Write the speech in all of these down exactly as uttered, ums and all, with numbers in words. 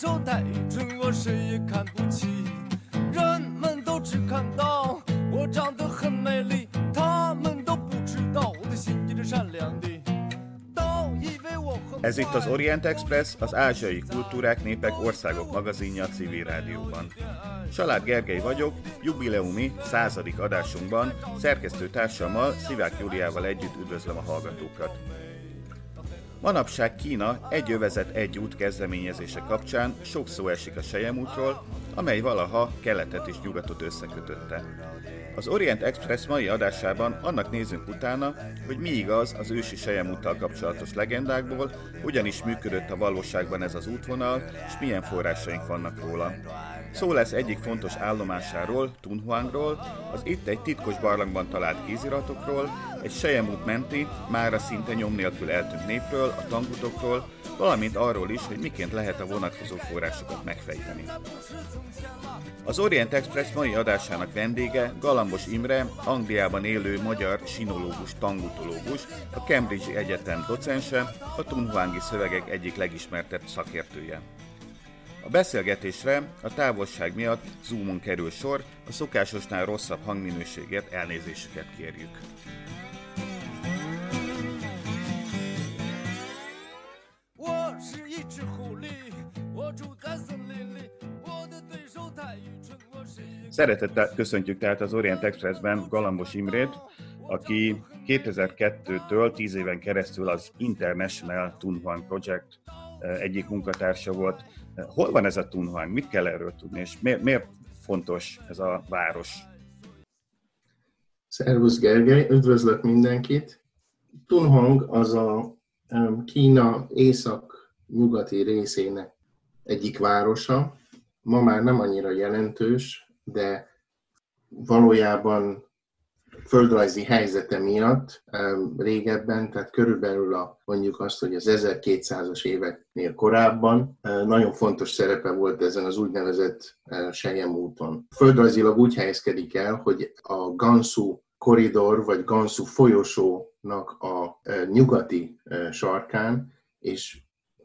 手太蠢，我谁也看不起。人们都只看到我长得很美丽，他们都不知道我的心也是善良的。 Ez itt az Orient Express, az ázsiai kultúrák, népek, országok magazinja a civil rádióban. Salád Gergely vagyok, jubileumi századik adásunkban szerkesztő társammal, Szivák Júliával együtt üdvözlöm a hallgatókat. Manapság Kína egy övezet egy út kezdeményezése kapcsán sok szó esik a selyemútról, amely valaha keletet és nyugatot összekötötte. Az Orient Express mai adásában annak nézünk utána, hogy mi igaz az ősi selyemúttal kapcsolatos legendákból, hogyan is működött a valóságban ez az útvonal, és milyen forrásaink vannak róla. Szó lesz egyik fontos állomásáról, Tunhuangról, az itt egy titkos barlangban talált kéziratokról, egy selyemút menti, mára szinte nyom nélkül eltűnt népről, a tangutokról, valamint arról is, hogy miként lehet a vonatkozó forrásokat megfejteni. Az Orient Express mai adásának vendége Galambos Imre, Angliában élő magyar sinológus, tangutológus, a Cambridge-i Egyetem docense, a tunhuangi szövegek egyik legismertebb szakértője. A beszélgetésre a távolság miatt Zoomon kerül sor, a szokásosnál rosszabb hangminőségért elnézésüket kérjük. Szeretettel köszöntjük tehát az Orient Expressben Galambos Imrét, aki kétezer-kettőtől tíz éven keresztül az International Tunhuang Project egyik munkatársa volt. Hol van ez a Tunhuang? Mit kell erről tudni, és miért, miért fontos ez a város? Szervusz Gergely, üdvözlök mindenkit! Tunhuang az a Kína észak-nyugati részének egyik városa. Ma már nem annyira jelentős, de valójában földrajzi helyzete miatt régebben, tehát körülbelül a, mondjuk azt, hogy az ezerkétszázas éveknél korábban nagyon fontos szerepe volt ezen az úgynevezett selyemúton. Földrajzilag úgy helyezkedik el, hogy a Gansu korridor vagy Gansu folyosónak a nyugati sarkán, és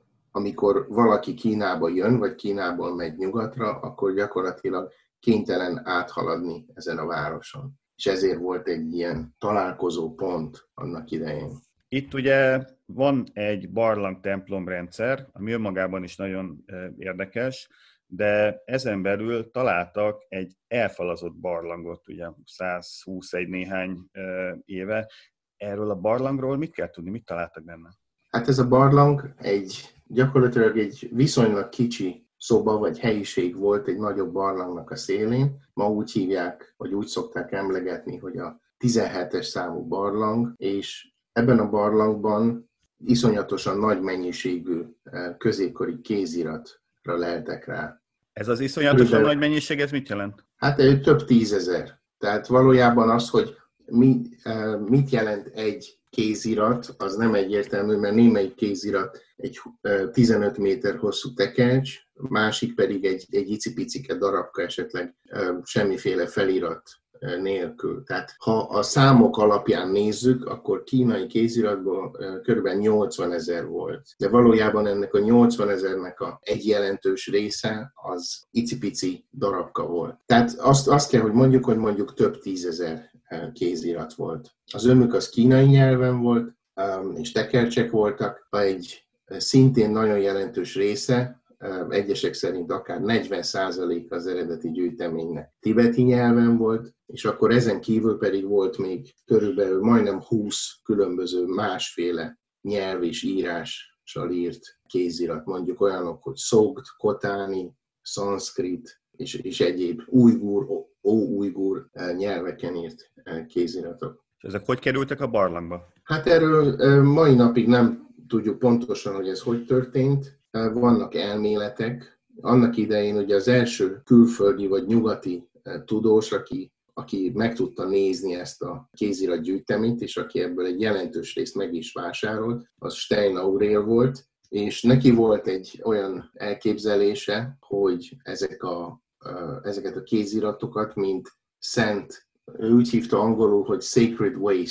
amikor valaki Kínába jön, vagy Kínából megy nyugatra, akkor gyakorlatilag kénytelen áthaladni ezen a városon. És ezért volt egy ilyen találkozó pont annak idején. Itt ugye van egy barlang-templom rendszer, ami önmagában is nagyon érdekes, de ezen belül találtak egy elfalazott barlangot, ugye százhúsz néhány éve. Erről a barlangról mit kell tudni, mit találtak benne? Hát ez a barlang egy gyakorlatilag egy viszonylag kicsi szoba vagy helyiség volt egy nagyobb barlangnak a szélén. Ma úgy hívják, vagy úgy szokták emlegetni, hogy a tizenhetes számú barlang, és ebben a barlangban iszonyatosan nagy mennyiségű középkori kéziratra leltek rá. Ez az iszonyatosan nagy mennyiség, ez mit jelent? Hát több tízezer. Tehát valójában az, hogy mi, mit jelent egy kézirat, az nem egyértelmű, mert némelyik kézirat egy tizenöt méter hosszú tekercs, másik pedig egy, egy icipicike darabka, esetleg semmiféle felirat nélkül. Tehát ha a számok alapján nézzük, akkor kínai kéziratból kb. nyolcvanezer volt. De valójában ennek a nyolcvanezernek a egy jelentős része az icipici darabka volt. Tehát azt, azt kell, hogy mondjuk, hogy mondjuk több tízezer kézirat volt. Az ömük az kínai nyelven volt, és tekercsek voltak. Egy szintén nagyon jelentős része, egyesek szerint akár negyven százalék az eredeti gyűjteménynek tibeti nyelven volt, és akkor ezen kívül pedig volt még körülbelül majdnem húsz különböző másféle nyelv és írással írt kézirat, mondjuk olyanok, hogy szogt, kotáni, szanszkrit és, és egyéb ujgur, ó-ujgur nyelveken írt kéziratok. És ezek hogy kerültek a barlangba? Hát erről mai napig nem tudjuk pontosan, hogy ez hogy történt. Vannak elméletek. Annak idején ugye az első külföldi vagy nyugati tudós, aki, aki meg tudta nézni ezt a kéziratgyűjteményt, és aki ebből egy jelentős részt meg is vásárolt, az Stein Aurél volt, és neki volt egy olyan elképzelése, hogy ezek a, ezeket a kéziratokat, mint szent, ő úgy hívta angolul, hogy sacred waste,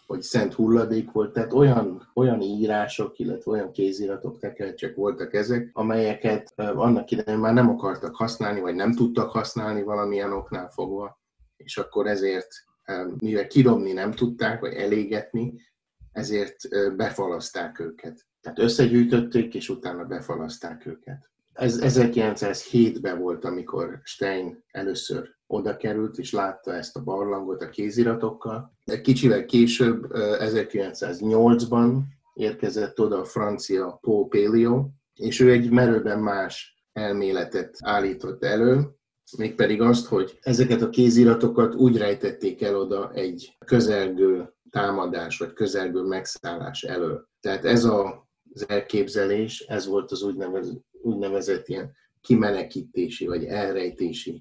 hogy szent hulladék volt, tehát olyan, olyan írások, illetve olyan kéziratok, tekercsek voltak ezek, amelyeket annak idején már nem akartak használni, vagy nem tudtak használni valamilyen oknál fogva, és akkor ezért, mivel kidobni nem tudták, vagy elégetni, ezért befalaszták őket. Tehát összegyűjtötték, és utána befalaszták őket. Ez ezerkilencszázhétben volt, amikor Stein először oda került, és látta ezt a barlangot a kéziratokkal. Kicsivel később, ezerkilencszáznyolcban érkezett oda a francia Paul Pelliot, és ő egy merőben más elméletet állított elő, mégpedig azt, hogy ezeket a kéziratokat úgy rejtették el oda egy közelgő támadás, vagy közelgő megszállás elől. Tehát ez a, az elképzelés, ez volt az úgynevezett, úgynevezett ilyen kimenekítési, vagy elrejtési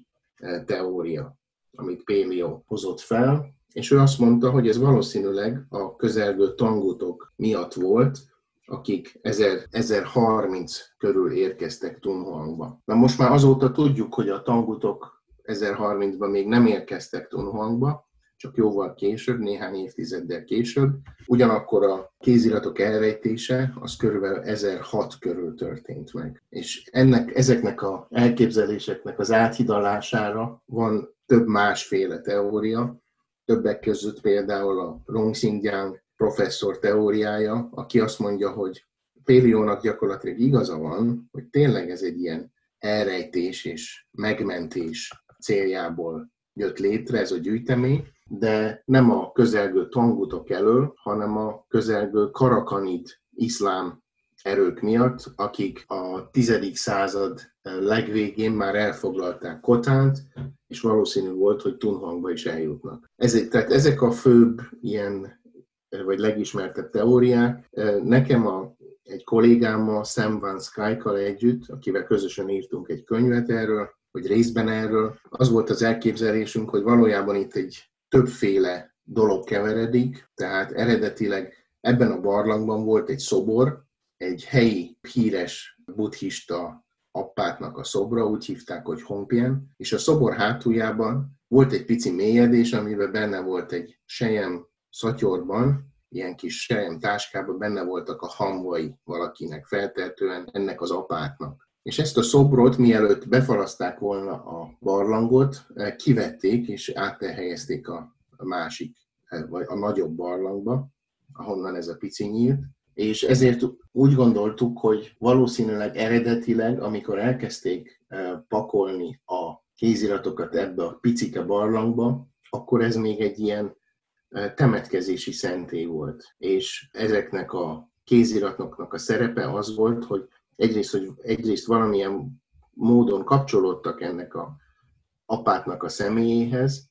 teória, amit Pelliot hozott fel, és ő azt mondta, hogy ez valószínűleg a közelgő tangutok miatt volt, akik ezerharminc körül érkeztek Dunhuangba. Na most már azóta tudjuk, hogy a tangutok ezerharmincban még nem érkeztek Dunhuangba, csak jóval később, néhány évtizeddel később. Ugyanakkor a kéziratok elrejtése az körülbelül ezerhat körül történt meg. És ennek, ezeknek az elképzeléseknek az áthidalására van több másféle teória, többek között például a Rongxingjiang professzor teóriája, aki azt mondja, hogy Pelliotnak gyakorlatilag igaza van, hogy tényleg ez egy ilyen elrejtés és megmentés céljából jött létre ez a gyűjtemény, de nem a közelgő tangutok elől, hanem a közelgő karakanit iszlám erők miatt, akik a tizedik század legvégén már elfoglalták Kotánt, és valószínű volt, hogy Dunhuangba is eljutnak. Ezek, tehát ezek a főbb ilyen, vagy legismertebb teóriák. Nekem a, egy kollégámmal, Sam Van Skyke-kal együtt, akivel közösen írtunk egy könyvet erről, vagy részben erről, az volt az elképzelésünk, hogy valójában itt egy többféle dolog keveredik, tehát eredetileg ebben a barlangban volt egy szobor, egy helyi híres buddhista appátnak a szobra, úgy hívták, hogy Hongpian, és a szobor hátuljában volt egy pici mélyedés, amiben benne volt egy sejem szatyorban, ilyen kis sejem táskában benne voltak a hamvai valakinek, feltehetően ennek az apátnak. És ezt a szobrot, mielőtt befalaszták volna a barlangot, kivették és áthelyezték a másik, vagy a nagyobb barlangba, ahonnan ez a pici nyílt. És ezért úgy gondoltuk, hogy valószínűleg eredetileg, amikor elkezdték pakolni a kéziratokat ebbe a picike barlangba, akkor ez még egy ilyen temetkezési szentély volt. És ezeknek a kéziratoknak a szerepe az volt, hogy egyrészt, hogy egyrészt valamilyen módon kapcsolódtak ennek a apátnak a személyéhez,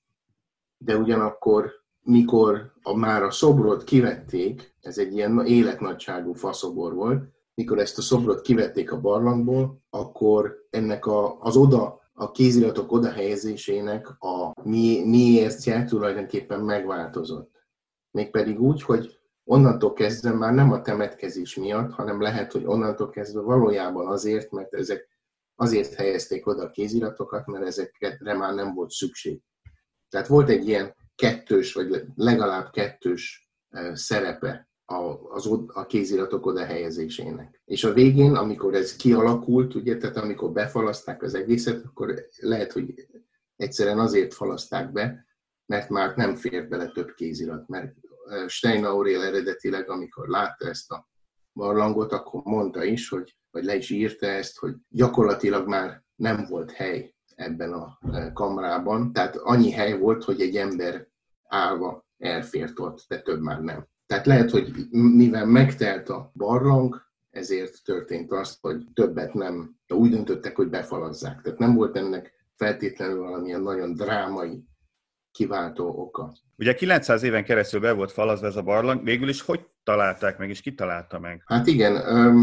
de ugyanakkor, mikor a, már a szobrot kivették, ez egy ilyen életnagyságú faszobor volt, mikor ezt a szobrot kivették a barlangból, akkor ennek a, az oda, a kéziratok odahelyezésének a mi, miértje tulajdonképpen megváltozott. Mégpedig úgy, hogy onnantól kezdve már nem a temetkezés miatt, hanem lehet, hogy onnantól kezdve valójában azért, mert ezek azért helyezték oda a kéziratokat, mert ezekre már nem volt szükség. Tehát volt egy ilyen kettős, vagy legalább kettős szerepe a, az, a kéziratok oda helyezésének. És a végén, amikor ez kialakult, ugye, tehát amikor befalaszták az egészet, akkor lehet, hogy egyszerűen azért falaszták be, mert már nem fér bele több kézirat. Mert Stein Aurél eredetileg, amikor látta ezt a barlangot, akkor mondta is, hogy, vagy le is írta ezt, hogy gyakorlatilag már nem volt hely ebben a kamrában. Tehát annyi hely volt, hogy egy ember állva elfért ott, de több már nem. Tehát lehet, hogy mivel megtelt a barlang, ezért történt az, hogy többet nem, úgy döntöttek, hogy befalazzák. Tehát nem volt ennek feltétlenül valamilyen nagyon drámai kiváltó oka. Ugye kilencszáz éven keresztül be volt falazva ez a barlang, végül is hogy találták meg, és ki találta meg? Hát igen,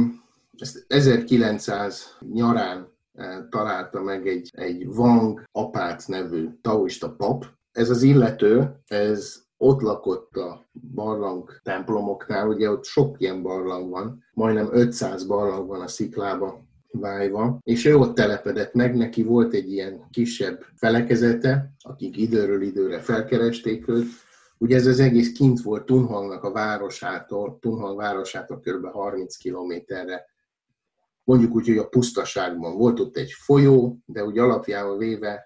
ezt ezerkilencszáz nyarán találta meg egy, egy Wang Apát nevű taoista pap. Ez az illető, ez ott lakott a barlang templomoknál, ugye ott sok ilyen barlang van, majdnem ötszáz barlang van a sziklába vájva, és ő ott telepedett meg, neki volt egy ilyen kisebb felekezete, akik időről időre felkeresték őt, Ugye ez az egész kint volt Tunholmnak a városától, Tunholm városától kb. harminc kilométerre, mondjuk úgy, hogy a pusztaságban volt ott egy folyó, de úgy alapjában véve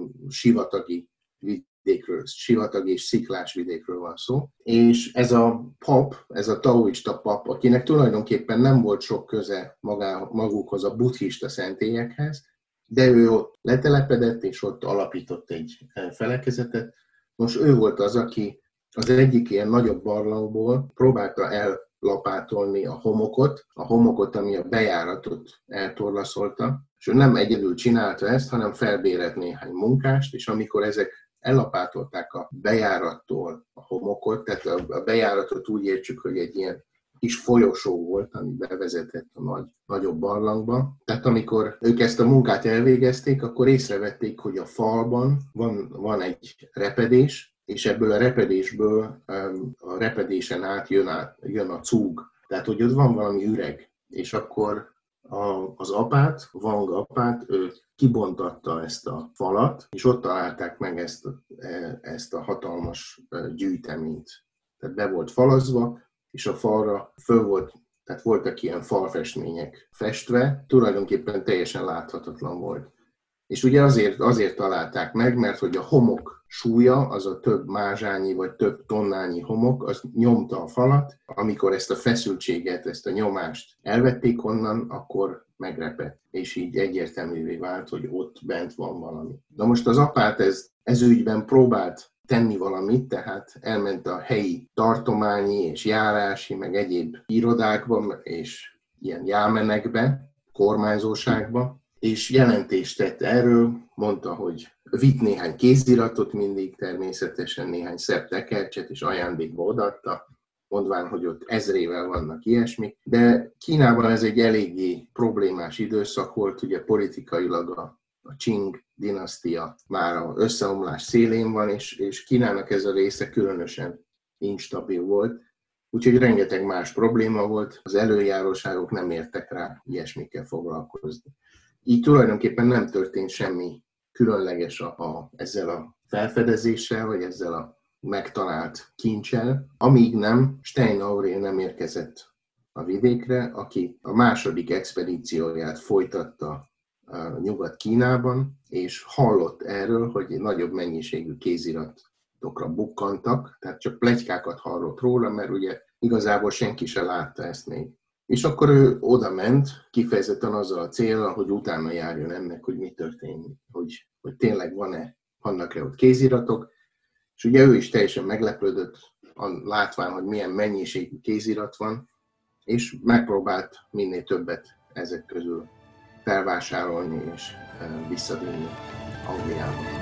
sivatagi vidékről, sivatagi és sziklás vidékről van szó. És ez a pap, ez a taoista pap, akinek tulajdonképpen nem volt sok köze magá, magukhoz, a buddhista szentélyekhez, de ő ott letelepedett, és ott alapított egy felekezetet. Most ő volt az, aki az egyik ilyen nagyobb barlangból próbálta ellapátolni a homokot, a homokot, ami a bejáratot eltorlaszolta, és ő nem egyedül csinálta ezt, hanem felbérelt néhány munkást, és amikor ezek ellapátolták a bejárattól a homokot, tehát a bejáratot úgy értsük, hogy egy ilyen kis folyosó volt, ami bevezetett a nagy, nagyobb barlangba. Tehát amikor ők ezt a munkát elvégezték, akkor észrevették, hogy a falban van, van egy repedés, és ebből a repedésből, a repedésen át jön, át jön a cúg. Tehát, hogy ott van valami üreg. És akkor a, az apát, Wang apát, ő kibontatta ezt a falat, és ott találták meg ezt a, ezt a hatalmas gyűjteményt. Tehát be volt falazva, és a falra föl volt, tehát voltak ilyen falfestmények festve, tulajdonképpen teljesen láthatatlan volt. És ugye azért, azért találták meg, mert hogy a homok súlya, az a több mázsányi vagy több tonnányi homok, az nyomta a falat. Amikor ezt a feszültséget, ezt a nyomást elvették onnan, akkor megrepett. És így egyértelművé vált, hogy ott bent van valami. Na most az apát ez, ez ügyben próbált tenni valamit, tehát elment a helyi tartományi és járási, meg egyéb irodákba és ilyen jámenekbe, kormányzóságba, és jelentést tett erről, mondta, hogy vitt néhány kéziratot mindig, természetesen néhány szebb tekercset, és ajándékba odaadta, mondván, hogy ott ezrével vannak ilyesmik. De Kínában ez egy eléggé problémás időszak volt, ugye politikailag a, a Qing dinasztia már az összeomlás szélén van, és, és Kínának ez a része különösen instabil volt. Úgyhogy rengeteg más probléma volt, az előjáróságok nem értek rá ilyesmikkel foglalkozni. Így tulajdonképpen nem történt semmi különleges a, a, ezzel a felfedezéssel, vagy ezzel a megtalált kincsel, amíg nem Stein Aurél nem érkezett a vidékre, aki a második expedícióját folytatta Nyugat-Kínában, és hallott erről, hogy nagyobb mennyiségű kéziratokra bukkantak, tehát csak pletykákat hallott róla, mert ugye igazából senki se látta ezt még. És akkor ő oda ment, kifejezetten azzal a célral, hogy utána járjon ennek, hogy mi történik, hogy, hogy tényleg van-e, vannak-e ott kéziratok. És ugye ő is teljesen meglepődött, látván, hogy milyen mennyiségű kézirat van, és megpróbált minél többet ezek közül felvásárolni és visszavinni Angliába.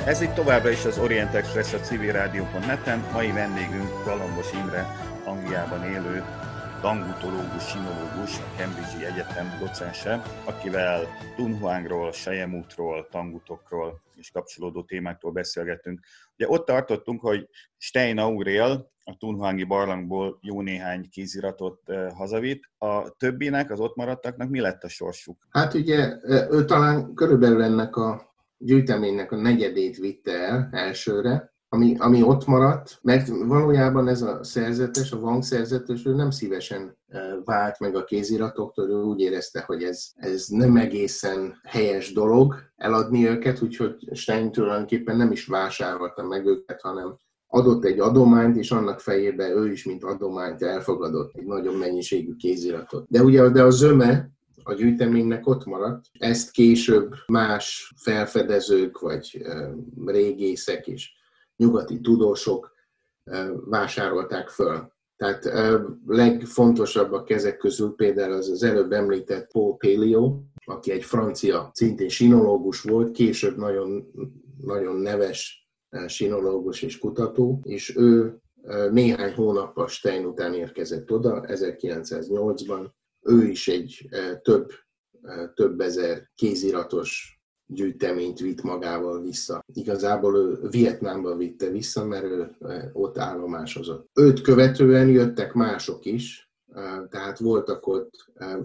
Ez itt továbbra is az Orient Express a civil rádió pont net-en. Mai vendégünk Galambos Imre, Angliában élő tangutológus, sinológus, a Cambridge-i Egyetem docense, akivel Dunhuangról, Selyemútról, tangutokról és kapcsolódó témáktól beszélgettünk. Ugye ott tartottunk, hogy Stein Auriel a Dunhuangi barlangból jó néhány kéziratot hazavitt. A többinek, az ott maradtaknak mi lett a sorsuk? Hát ugye ő talán körülbelül ennek a gyűjteménynek a negyedét vitte el elsőre, ami, ami ott maradt, mert valójában ez a szerzetes, a Wang szerzetes, ő nem szívesen vált meg a kéziratoktól, ő úgy érezte, hogy ez, ez nem egészen helyes dolog eladni őket, úgyhogy Stein tulajdonképpen nem is vásárolta meg őket, hanem adott egy adományt, és annak fejében ő is, mint adományt elfogadott egy nagyobb mennyiségű kéziratot. De ugye de a zöme a gyűjteménynek ott maradt. Ezt később más felfedezők, vagy régészek és nyugati tudósok vásárolták föl. Tehát legfontosabbak ezek közül például az az előbb említett Paul Pelliot, aki egy francia, szintén sinológus volt, később nagyon, nagyon neves sinológus és kutató, és ő néhány hónappal Stein után érkezett oda, ezerkilencszáznyolcban. Ő is egy több, több ezer kéziratos gyűjteményt vitt magával vissza. Igazából ő Vietnámba vitte vissza, mert ő ott állomásozott. Őt követően jöttek mások is, tehát voltak ott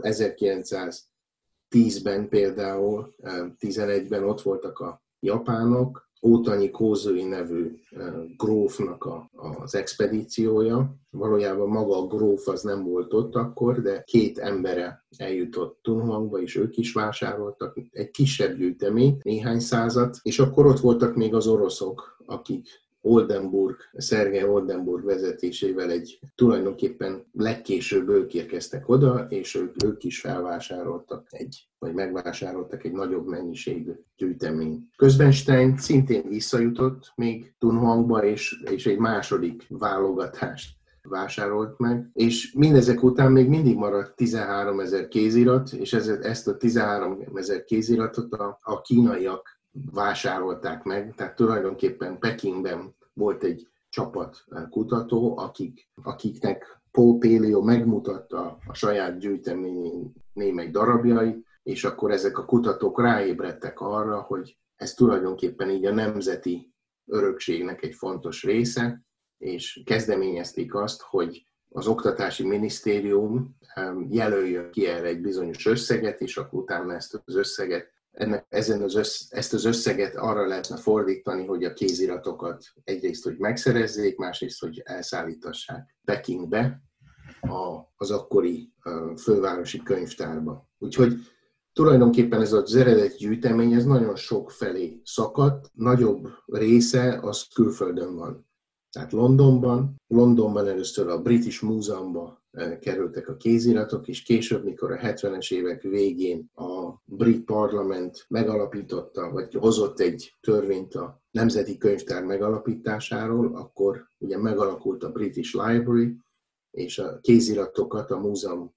ezerkilencszáztízben például, tizenegyben ott voltak a japánok, Ótanyi Kózui nevű grófnak a, az expedíciója. Valójában maga a gróf az nem volt ott akkor, de két embere eljutott Dunhuangba, és ők is vásároltak egy kisebb gyűjteményt, néhány százat, és akkor ott voltak még az oroszok, akik Oldenburg, Szergej Oldenburg vezetésével egy tulajdonképpen legkésőbb ők érkeztek oda, és ők, ők is felvásároltak egy, vagy megvásároltak egy nagyobb mennyiségű gyűjteményt. Közben Stein szintén visszajutott még Dunhuangba, és, és egy második válogatást vásárolt meg, és mindezek után még mindig maradt tizenháromezer kézirat, és ez, ezt a tizenháromezer kéziratot a, a kínaiak vásárolták meg, tehát tulajdonképpen Pekingben volt egy csapat kutató, akik, akiknek Paul Pelliot megmutatta a saját gyűjteményén némely darabjait, és akkor ezek a kutatók ráébredtek arra, hogy ez tulajdonképpen így a nemzeti örökségnek egy fontos része, és kezdeményezték azt, hogy az Oktatási Minisztérium jelöljön ki erre egy bizonyos összeget, és akkor utána ezt az összeget Ennek, ezen az össz, ezt az összeget arra lehetne fordítani, hogy a kéziratokat egyrészt, hogy megszerezzék, másrészt, hogy elszállítassák Pekingbe, a, az akkori a fővárosi könyvtárba. Úgyhogy tulajdonképpen ez az eredeti gyűjtemény, ez nagyon sok felé szakadt, nagyobb része az külföldön van. Tehát Londonban, Londonban először a British Museumba kerültek a kéziratok, és később, mikor a hetvenes évek végén a brit parlament megalapította, vagy hozott egy törvényt a Nemzeti Könyvtár megalapításáról, akkor ugye megalakult a British Library, és a kéziratokat a múzeum,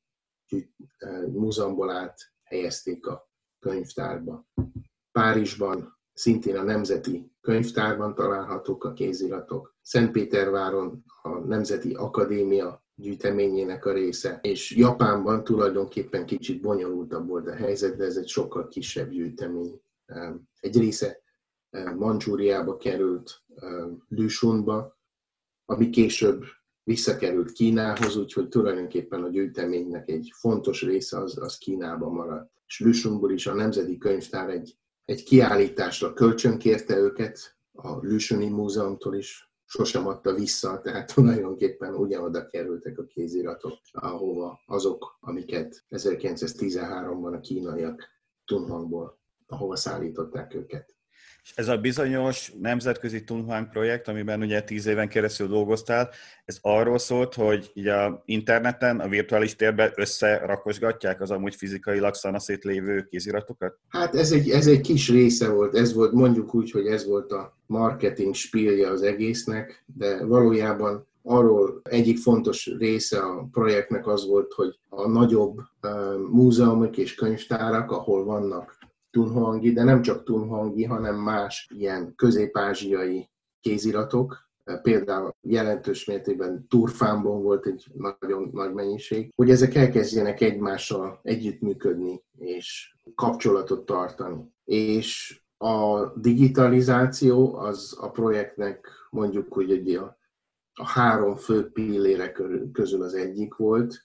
múzeumból át helyezték a könyvtárba. Párizsban szintén a Nemzeti Könyvtárban találhatók a kéziratok. Szentpéterváron a Nemzeti Akadémia gyűjteményének a része, és Japánban tulajdonképpen kicsit bonyolultabb volt a helyzet, de ez egy sokkal kisebb gyűjtemény. Egy része Mandzsúriába került, Lüsunba, ami később visszakerült Kínához, úgyhogy tulajdonképpen a gyűjteménynek egy fontos része az, az Kínában maradt. És Lüsunból is a Nemzeti Könyvtár egy, egy kiállításra kölcsönkérte őket, a Lüsuni Múzeumtól is sosem adta vissza, tehát tulajdonképpen ugyanoda kerültek a kéziratok, ahova azok, amiket ezerkilencszáztizenháromban a kínaiak Dunhuangból, ahova szállították őket. És ez a bizonyos nemzetközi Dunhuang projekt, amiben ugye tíz éven keresztül dolgoztál, ez arról szólt, hogy így a interneten, a virtuális térben összerakosgatják az amúgy fizikailag szanaszét lévő kéziratokat? Hát ez egy, ez egy kis része volt, ez volt, mondjuk úgy, hogy ez volt a marketing spílje az egésznek, de valójában arról egyik fontos része a projektnek az volt, hogy a nagyobb uh, múzeumok és könyvtárak, ahol vannak tunhuangi, de nem csak tunhuangi, hanem más ilyen közép-ázsiai kéziratok. Például jelentős mértékben turfánban volt egy nagyon nagy mennyiség, hogy ezek elkezdjenek egymással együttműködni és kapcsolatot tartani. És a digitalizáció az a projektnek mondjuk, hogy egy a, a három fő pillére közül az egyik volt.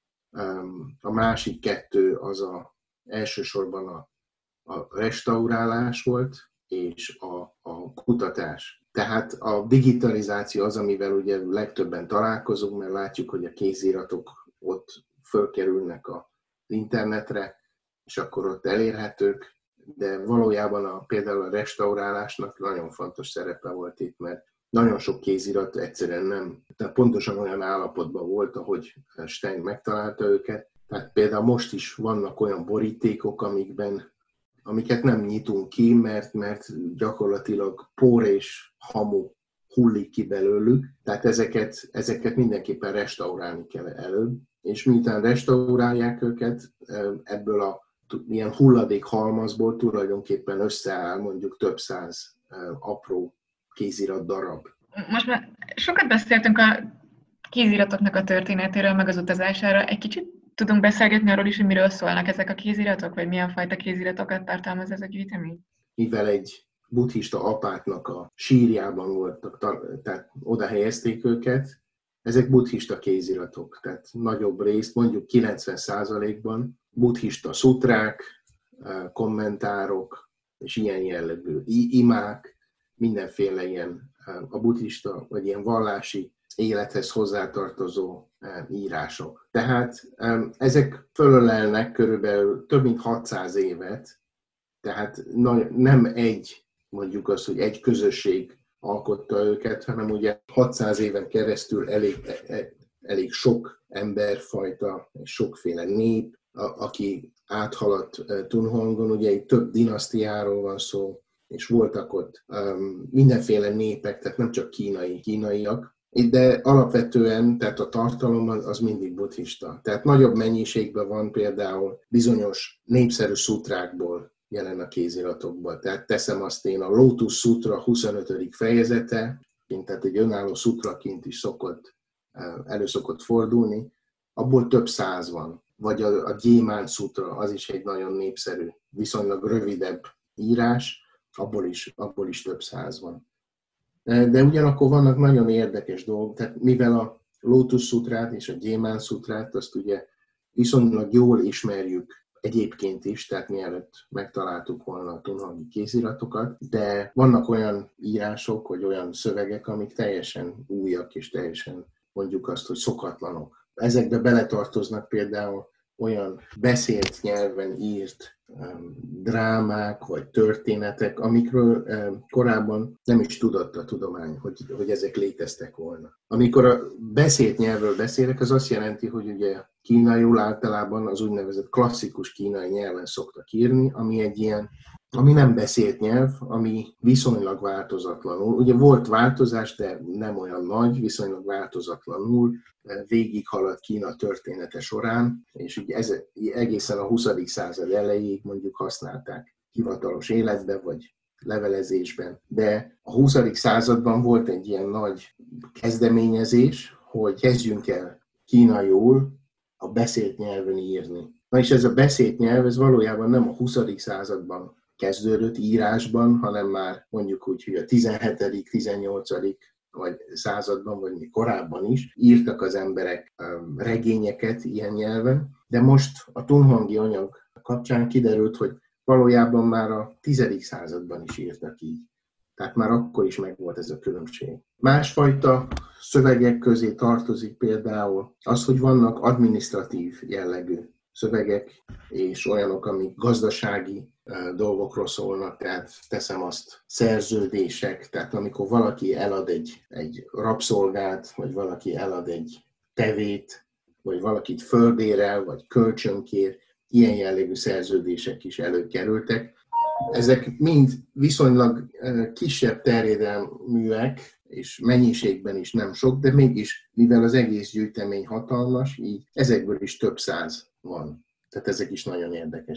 A másik kettő az a, elsősorban a, a restaurálás volt, és a, a kutatás. Tehát a digitalizáció az, amivel ugye legtöbben találkozunk, mert látjuk, hogy a kéziratok ott fölkerülnek az internetre, és akkor ott elérhetők, de valójában a, például a restaurálásnak nagyon fontos szerepe volt itt, mert nagyon sok kézirat egyszerűen nem, tehát pontosan olyan állapotban volt, ahogy Stein megtalálta őket. Tehát például most is vannak olyan borítékok, amikben amiket nem nyitunk ki, mert, mert gyakorlatilag por és hamu hullik ki belőlük, tehát ezeket, ezeket mindenképpen restaurálni kell előbb, és miután restaurálják őket, ebből a ilyen hulladék halmazból tulajdonképpen összeáll mondjuk több száz apró kézirat darab. Most már sokat beszéltünk a kéziratoknak a történetéről, meg az utazására. Egy kicsit tudunk beszélgetni arról is, hogy miről szólnak ezek a kéziratok, vagy milyen fajta kéziratokat tartalmaz ez a gyűjtemény? Mivel egy buddhista apátnak a sírjában voltak, tehát oda helyezték őket, ezek buddhista kéziratok, tehát nagyobb részt, mondjuk kilencven százalékban buddhista szutrák, kommentárok és ilyen jellegű imák, mindenféle ilyen a buddhista vagy ilyen vallási élethez hozzátartozó írások. Tehát ezek fölölelnek körülbelül több mint hatszáz évet, tehát nem egy, mondjuk az, hogy egy közösség alkotta őket, hanem ugye hatszáz éven keresztül elég, elég sok emberfajta, sokféle nép, aki áthaladt Tunhuangon, ugye egy több dinasztiáról van szó, és voltak ott mindenféle népek, tehát nem csak kínai, kínaiak, de alapvetően, tehát a tartalom az mindig buddhista. Tehát nagyobb mennyiségben van például bizonyos népszerű szutrákból jelen a kéziratokban. Tehát teszem azt én, a Lotus Sutra huszonötödik fejezete, tehát egy önálló szutraként is szokott, elő szokott fordulni, abból több száz van. Vagy a, a Gyémánt Sutra, az is egy nagyon népszerű, viszonylag rövidebb írás, abból is, abból is több száz van. De ugyanakkor vannak nagyon érdekes dolgok, tehát mivel a Lotus Sutrát és a Gyémánt Sutrát azt ugye viszonylag jól ismerjük egyébként is, tehát mielőtt megtaláltuk volna a tunhuangi kéziratokat, de vannak olyan írások, vagy olyan szövegek, amik teljesen újak, és teljesen mondjuk azt, hogy szokatlanok. Ezekbe beletartoznak például olyan beszélt nyelven írt um, drámák vagy történetek, amikről um, korábban nem is tudott a tudomány, hogy, hogy ezek léteztek volna. Amikor a beszélt nyelvről beszélek, az azt jelenti, hogy ugye kínaiul általában az úgynevezett klasszikus kínai nyelven szoktak írni, ami egy ilyen, ami nem beszélt nyelv, ami viszonylag változatlanul. Ugye volt változás, de nem olyan nagy, viszonylag változatlanul végighaladt Kína története során, és ugye ez, egészen a huszadik század elejéig mondjuk használták hivatalos életben, vagy levelezésben. De a huszadik században volt egy ilyen nagy kezdeményezés, hogy kezdjünk el kínaiul a beszélt nyelven írni. Na és ez a beszélt nyelv, ez valójában nem a huszadik században kezdődött írásban, hanem már mondjuk úgy, hogy a tizenhetedik tizennyolcadik vagy században, vagy még korábban is írtak az emberek regényeket ilyen nyelven, de most a tunhuangi anyag kapcsán kiderült, hogy valójában már a tizedik században is írtak így. Tehát már akkor is megvolt ez a különbség. Másfajta szövegek közé tartozik például az, hogy vannak adminisztratív jellegű szövegek, és olyanok, amik gazdasági dolgokról szólnak, tehát teszem azt, szerződések, tehát amikor valaki elad egy, egy rabszolgát, vagy valaki elad egy tevét, vagy valakit földérel, vagy kölcsönkér, ilyen jellegű szerződések is előkerültek. Ezek mind viszonylag kisebb terjedelműek, és mennyiségben is nem sok, de mégis, mivel az egész gyűjtemény hatalmas, így ezekből is több száz van. Tehát ezek is nagyon érdekesek.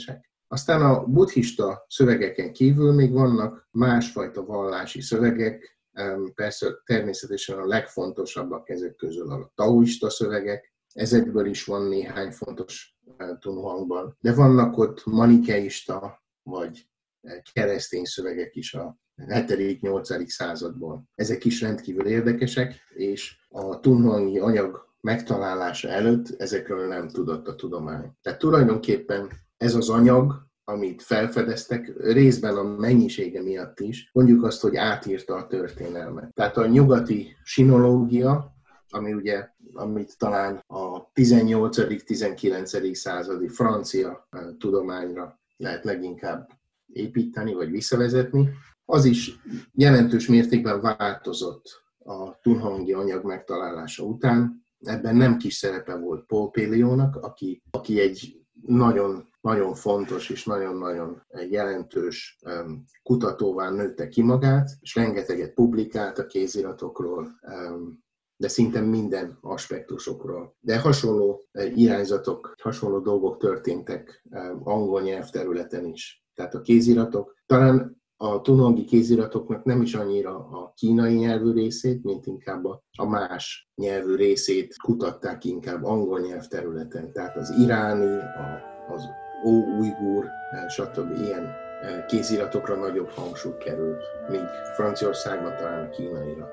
Aztán a buddhista szövegeken kívül még vannak másfajta vallási szövegek, persze természetesen a legfontosabbak ezek közül a taoista szövegek, ezekből is van néhány fontos Tunhuangban, de vannak ott manikeista vagy keresztény szövegek is a hetedik-nyolcadik századból. Ezek is rendkívül érdekesek, és a tunhuangi anyag megtalálása előtt ezekről nem tudott a tudomány. Tehát tulajdonképpen ez az anyag, amit felfedeztek, részben a mennyisége miatt is, mondjuk azt, hogy átírta a történelmet. Tehát a nyugati sinológia, ami ugye, amit talán a tizennyolcadik-tizenkilencedik századi francia tudományra lehet leginkább építeni vagy visszavezetni, az is jelentős mértékben változott a tunhuangi anyag megtalálása után. Ebben nem kis szerepe volt Paul Pelliotnak, aki, aki egy nagyon, nagyon fontos és nagyon-nagyon jelentős um, kutatóvá nőtte ki magát, és rengeteget publikált a kéziratokról, um, de szinte minden aspektusokról. De hasonló uh, irányzatok, hasonló dolgok történtek um, angol nyelvterületen is. Tehát a kéziratok, talán a tunhuangi kéziratoknak nem is annyira a kínai nyelvű részét, mint inkább a más nyelvű részét kutatták inkább angol nyelvterületen. Tehát az iráni, az ó-ujgur, stb. Ilyen kéziratokra nagyobb hangsúly került, míg Franciaországban talán a kínaira.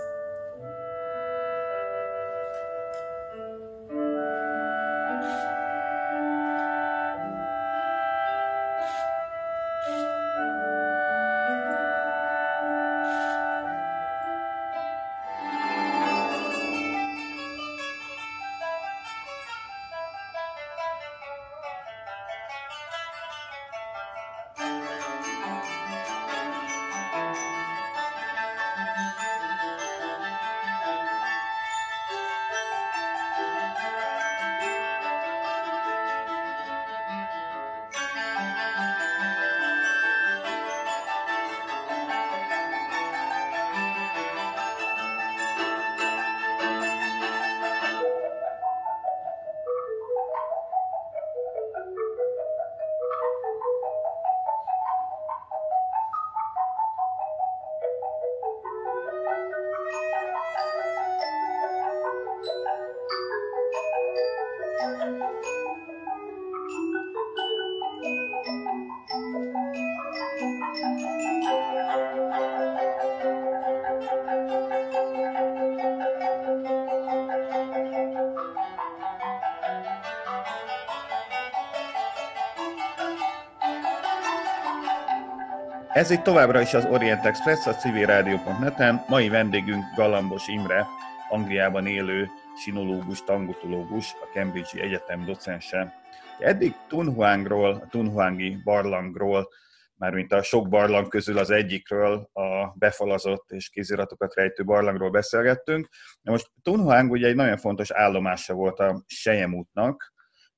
Ez itt továbbra is az Orient Express, a civil rádió pont net-en. Mai vendégünk Galambos Imre, Angliában élő sinológus, tangutológus, a Cambridge-i Egyetem docense. Eddig Tunhuangról, a tunhuangi barlangról, mármint a sok barlang közül az egyikről, a befalazott és kéziratokat rejtő barlangról beszélgettünk. De most Tunhuang ugye egy nagyon fontos állomása volt a Sejem útnak,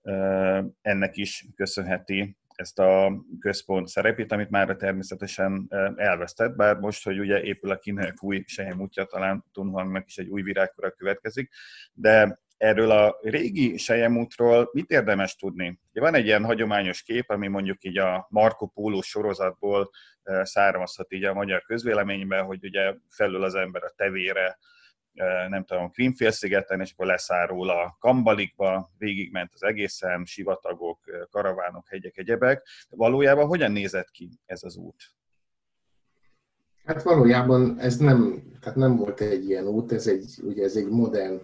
ennek is köszönheti ezt a központ szerepét, amit már természetesen elvesztett, bár most, hogy ugye épül a kínaiak új Sejem útja, talán Tunhuangnak is egy új virágkora következik, de erről a régi Sejem útról mit érdemes tudni? Van egy ilyen hagyományos kép, ami mondjuk így a Marco Polo sorozatból származhat így a magyar közvéleményben, hogy ugye felül az ember a tevére, nem tudom, Krímfélszigeten, és akkor leszáll a Kambalikba, végigment az egészen, sivatagok, karavánok, hegyek, egyebek. Valójában hogyan nézett ki ez az út? Hát valójában ez nem, tehát nem volt egy ilyen út, ez egy, ugye ez egy modern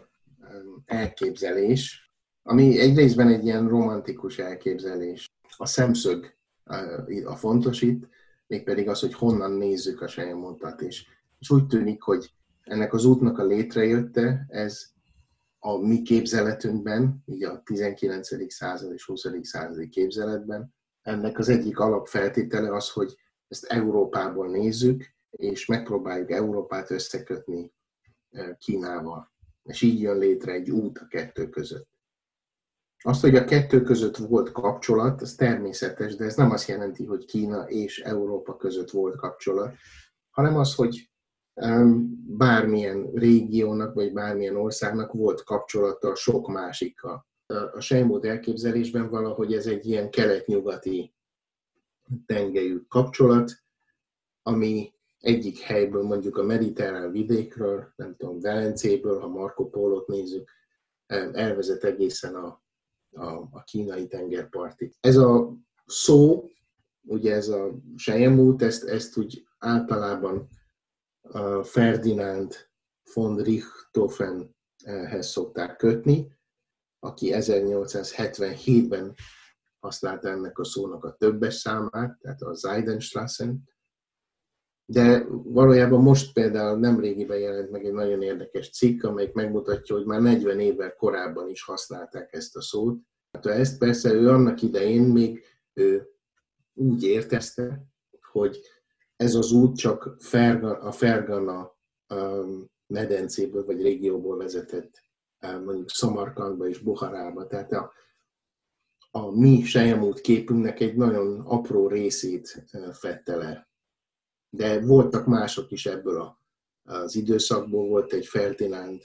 elképzelés, ami egy részben egy ilyen romantikus elképzelés. A szemszög a fontos itt, mégpedig az, hogy honnan nézzük a Sejem utat, és, és úgy tűnik, hogy ennek az útnak a létrejötte, ez a mi képzeletünkben, így a tizenkilencedik század és huszadik századi képzeletben, ennek az egyik alapfeltétele az, hogy ezt Európából nézzük, és megpróbáljuk Európát összekötni Kínával. És így jön létre egy út a kettő között. Azt, hogy a kettő között volt kapcsolat, az természetes, de ez nem azt jelenti, hogy Kína és Európa között volt kapcsolat, hanem az, hogy bármilyen régiónak, vagy bármilyen országnak volt kapcsolata sok másikkal. A Sejem út elképzelésben valahogy ez egy ilyen kelet-nyugati tengelyű kapcsolat, ami egyik helyből, mondjuk a mediterrán vidékről, nem tudom, Velencéből, ha Marco Polót nézzük, elvezet egészen a, a, a kínai tengerpartig. Ez a szó, ugye ez a selyemút, ezt, ezt úgy általában a Ferdinand von Richthofenhez szokták kötni, aki ezernyolcszázhetvenhétben használta ennek a szónak a többes számát, tehát a Seidenstrassen. De valójában most például nemrégiben jelent meg egy nagyon érdekes cikk, amelyik megmutatja, hogy már negyven évvel korábban is használták ezt a szót. Hát ezt persze ő annak idején még ő úgy értezte, hogy ez az út csak a Fergana medencéből vagy régióból vezetett mondjuk Szamarkandba és Buharába. Tehát a, a mi selyemút képünknek egy nagyon apró részét fedte le. De voltak mások is ebből a, az időszakból, volt egy Ferdinand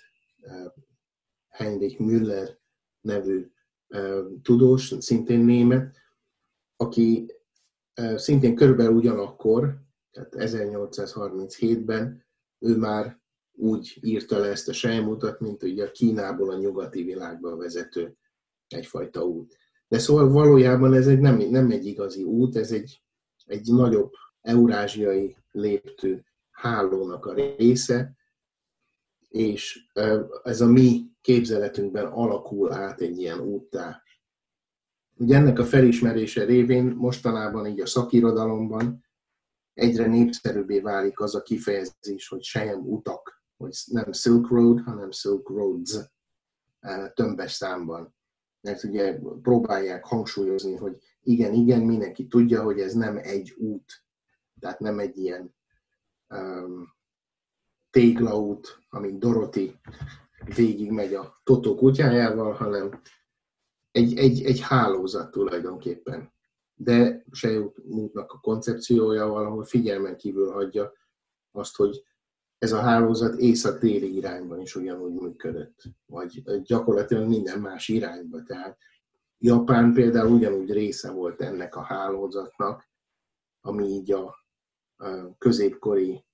Heinrich Müller nevű tudós, szintén német, aki szintén körülbelül ugyanakkor, tehát ezernyolcszázharminchétben ő már úgy írta le ezt a selyemútat, mint ugye a Kínából a nyugati világba vezető egyfajta út. De szóval valójában ez egy nem, nem egy igazi út, ez egy, egy nagyobb eurázsiai léptő hálónak a része, és ez a mi képzeletünkben alakul át egy ilyen úttá. Ugye ennek a felismerése révén mostanában így a szakirodalomban egyre népszerűbbé válik az a kifejezés, hogy sejem utak, hogy nem Silk Road, hanem Silk Roads tömbes számban. Mert ugye próbálják hangsúlyozni, hogy igen, igen, mindenki tudja, hogy ez nem egy út, tehát nem egy ilyen um, téglaút, amin Dorothy végigmegy a Totó kutyájával, hanem egy, egy, egy hálózat tulajdonképpen. De selyemútnak a koncepciója valahol figyelmen kívül hagyja azt, hogy ez a hálózat észak-déli irányban is ugyanúgy működött, vagy gyakorlatilag minden más irányba. Tehát Japán például ugyanúgy része volt ennek a hálózatnak, ami így a középkori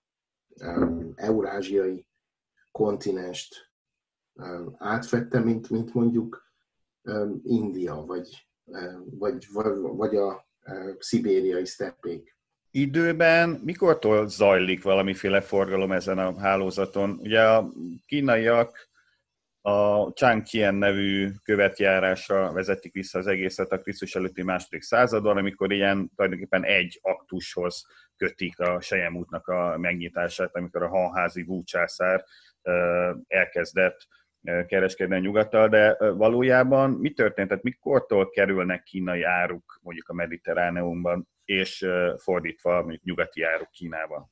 eurázsiai kontinenst átfette, mint, mint mondjuk India, vagy, vagy, vagy a szibériai szteppék. Időben mikortól zajlik valamiféle forgalom ezen a hálózaton? Ugye a kínaiak a Changqian nevű követjárásra vezetik vissza az egészet a Krisztus előtti második században, amikor ilyen tulajdonképpen egy aktushoz kötik a selyemútnak a megnyitását, amikor a hanházi Wu császár elkezdett kereskedni a nyugattal, de valójában mi történt? Tehát mikortól kerülnek kínai áruk mondjuk a Mediterráneumban, és fordítva mondjuk nyugati áruk Kínába?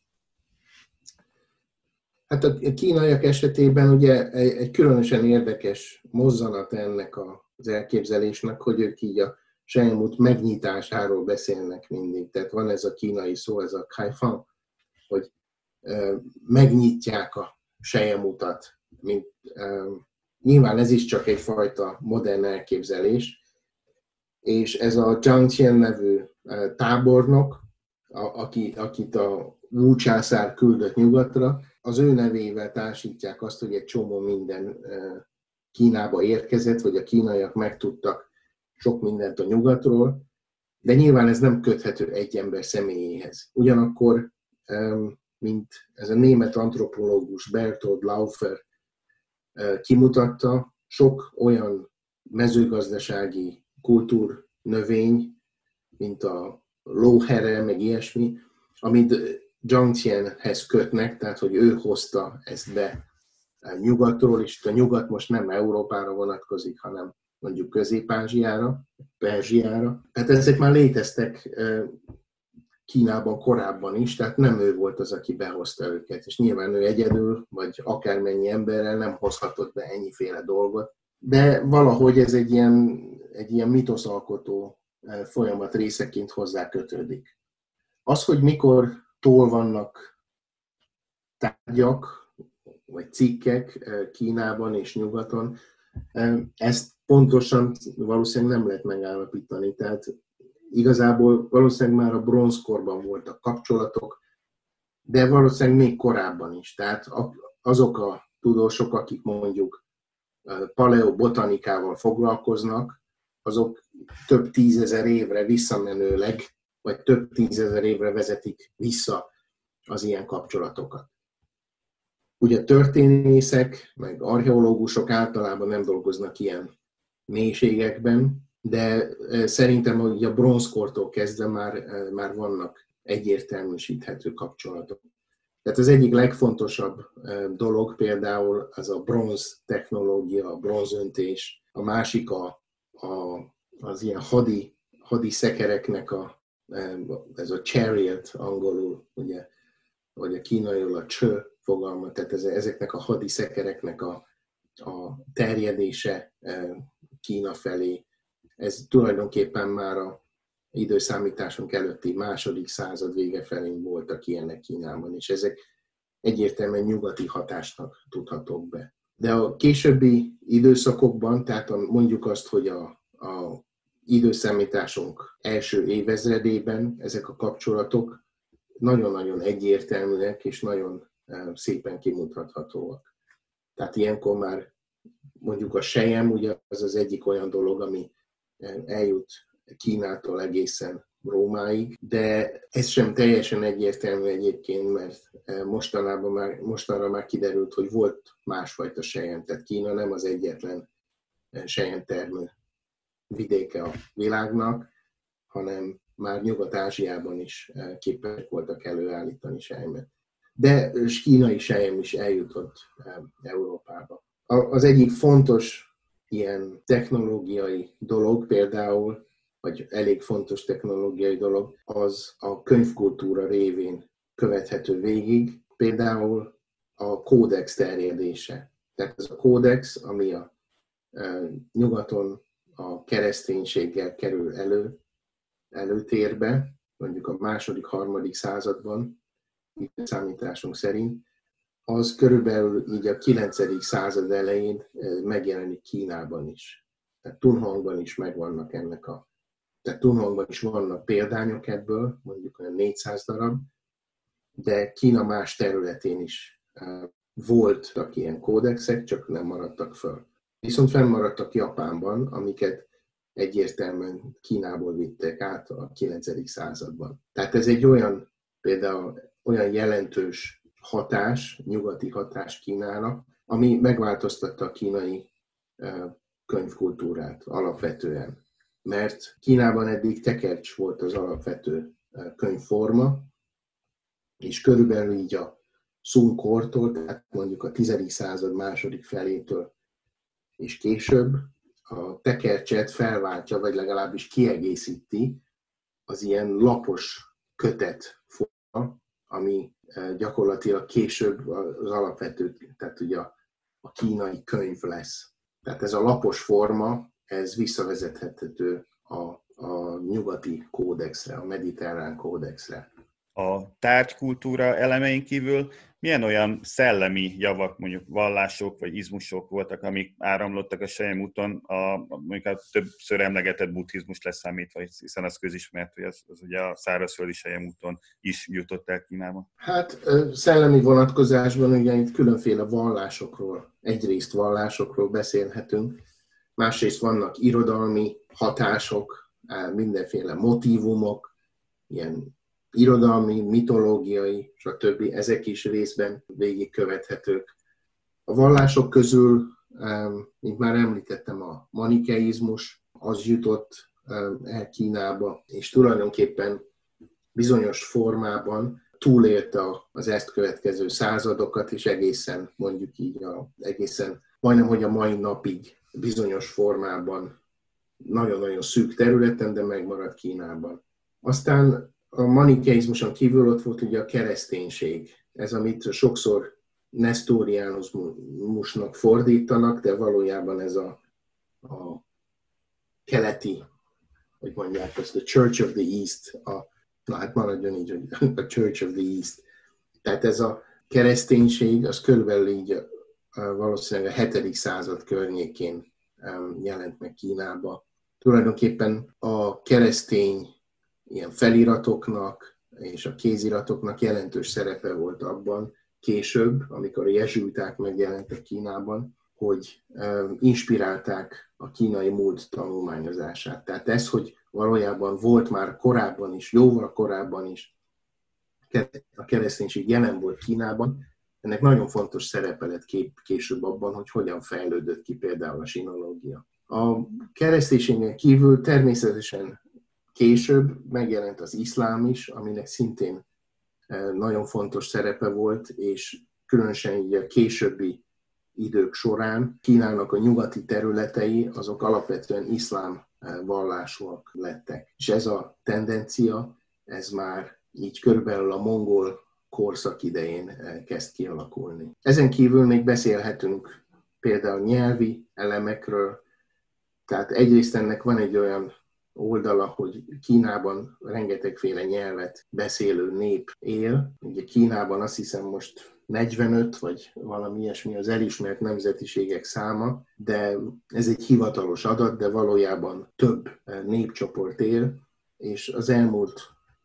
Hát a kínaiak esetében ugye egy különösen érdekes mozzanat ennek az elképzelésnek, hogy ők így a selyemút megnyitásáról beszélnek mindig. Tehát van ez a kínai szó, ez a kaifang, hogy megnyitják a selyemútat. Mint, nyilván ez is csak egyfajta modern elképzelés, és ez a Zhang Qian nevű tábornok, aki, akit a Wu császár küldött nyugatra, az ő nevével társítják azt, hogy egy csomó minden Kínába érkezett, vagy a kínaiak megtudtak sok mindent a nyugatról, de nyilván ez nem köthető egy ember személyéhez. Ugyanakkor, mint ez a német antropológus Bertold Laufer kimutatta, sok olyan mezőgazdasági kultúrnövény, mint a lóhere, meg ilyesmi, amit Zhang Qianhez kötnek, tehát hogy ő hozta ezt be nyugatról, és a nyugat most nem Európára vonatkozik, hanem mondjuk Közép-Ázsiára, Perzsiára. Tehát ezek már léteztek Kínában korábban is, tehát nem ő volt az, aki behozta őket, és nyilván ő egyedül, vagy akármennyi emberrel nem hozhatott be ennyiféle dolgot, de valahogy ez egy ilyen, egy ilyen mitoszalkotó folyamat részeként hozzá kötődik. Az, hogy mikor tól vannak tárgyak, vagy cikkek Kínában és nyugaton, ezt pontosan valószínűleg nem lehet megállapítani. Tehát igazából valószínűleg már a bronzkorban voltak kapcsolatok, de valószínűleg még korábban is. Tehát azok a tudósok, akik mondjuk paleobotanikával foglalkoznak, azok több tízezer évre visszamenőleg, vagy több tízezer évre vezetik vissza az ilyen kapcsolatokat. Ugye történészek, meg archeológusok általában nem dolgoznak ilyen mélységekben, de szerintem ugye a bronzkortól kezdve már, már vannak egyértelműsíthető kapcsolatok. Tehát az egyik legfontosabb dolog például az a bronz technológia, a bronzöntés, a másik a, a, az ilyen hadi, hadi szekereknek a, ez a chariot angolul, ugye, vagy a kínaiul a cső fogalma, tehát ezeknek a hadi szekereknek a, a terjedése Kína felé. Ez tulajdonképpen már a időszámításunk előtti második század vége felé voltak ilyenek Kínában, és ezek egyértelműen nyugati hatásnak tudhatók be. De a későbbi időszakokban, tehát mondjuk azt, hogy a, a időszámításunk első évezredében ezek a kapcsolatok nagyon-nagyon egyértelműek és nagyon szépen kimutathatóak. Tehát ilyenkor már mondjuk a selyem, ugye az az egyik olyan dolog, ami eljut Kínától egészen Rómáig, de ez sem teljesen egyértelmű egyébként, mert mostanában már, mostanra már kiderült, hogy volt másfajta selyem, tehát Kína nem az egyetlen selyemtermő vidéke a világnak, hanem már Nyugat-Ázsiában is képesek voltak előállítani selymet. De kínai selyem is eljutott Európába. Az egyik fontos ilyen technológiai dolog például, vagy elég fontos technológiai dolog, az a könyvkultúra révén követhető végig, például a kódex terjedése. Tehát ez a kódex, ami a e, nyugaton a kereszténységgel kerül elő, előtérbe, mondjuk a második, harmadik században, itt számításunk szerint, az körülbelül így a kilencedik század elején megjelenik Kínában is. Tehát Tunhuangban is megvannak ennek a... Tehát Tunhuangban is vannak példányok ebből, mondjuk olyan négyszáz darab, de Kína más területén is voltak ilyen kódexek, csak nem maradtak föl. Viszont fennmaradtak Japánban, amiket egyértelműen Kínából vittek át a kilencedik században. Tehát ez egy olyan, például olyan jelentős hatás, nyugati hatás Kínára, ami megváltoztatta a kínai könyvkultúrát alapvetően. Mert Kínában eddig tekercs volt az alapvető könyvforma, és körülbelül így a Szun-kortól, tehát mondjuk a tizedik század második felétől és később a tekercset felváltja, vagy legalábbis kiegészíti az ilyen lapos kötet forma, ami gyakorlatilag később az alapvető, tehát ugye a, a kínai könyv lesz. Tehát ez a lapos forma, ez visszavezethető a, a nyugati kódexre, a mediterrán kódexre. A tárgykultúra elemein kívül milyen olyan szellemi javak, mondjuk vallások vagy izmusok voltak, amik áramlottak a Selyem úton, a, mondjuk a többször emlegetett buddhizmus leszámítva, hiszen az közismert, hogy az, az ugye a szárazföldi Selyem úton is jutott el Kínába. Hát szellemi vonatkozásban ugye itt különféle vallásokról, egyrészt vallásokról beszélhetünk, másrészt vannak irodalmi hatások, mindenféle motívumok, ilyen irodalmi, mitológiai, stb. Ezek is részben végigkövethetők. A vallások közül, mint már említettem, a manikeizmus, az jutott el Kínába, és tulajdonképpen bizonyos formában túlélte az ezt következő századokat, és egészen, mondjuk így, a, egészen majdnem, hogy a mai napig bizonyos formában, nagyon-nagyon szűk területen, de megmaradt Kínában. Aztán a manikeizmuson kívül ott volt ugye a kereszténység. Ez, amit sokszor nesztóriánusnak fordítanak, de valójában ez a, a keleti, hogy mondják ezt, a Church of the East, a, na hát maradjon így, hogy a Church of the East. Tehát ez a kereszténység, az körülbelül így valószínűleg a hetedik század környékén jelent meg Kínába. Tulajdonképpen a keresztény ilyen feliratoknak és a kéziratoknak jelentős szerepe volt abban később, amikor a jezsuiták megjelentek Kínában, hogy inspirálták a kínai múlt tanulmányozását. Tehát ez, hogy valójában volt már korábban is, jóval korábban is a kereszténység jelen volt Kínában, ennek nagyon fontos szerepe lett később abban, hogy hogyan fejlődött ki például a sinológia. A kereszténységen kívül természetesen később megjelent az iszlám is, aminek szintén nagyon fontos szerepe volt, és különösen így a későbbi idők során Kínának a nyugati területei azok alapvetően iszlám vallásúak lettek. És ez a tendencia, ez már így körülbelül a mongol korszak idején kezd kialakulni. Ezen kívül még beszélhetünk például nyelvi elemekről, tehát egyrészt ennek van egy olyan oldala, hogy Kínában rengetegféle nyelvet beszélő nép él. Ugye Kínában azt hiszem most negyvenöt vagy valami ilyesmi az elismert nemzetiségek száma, de ez egy hivatalos adat, de valójában több népcsoport él, és az elmúlt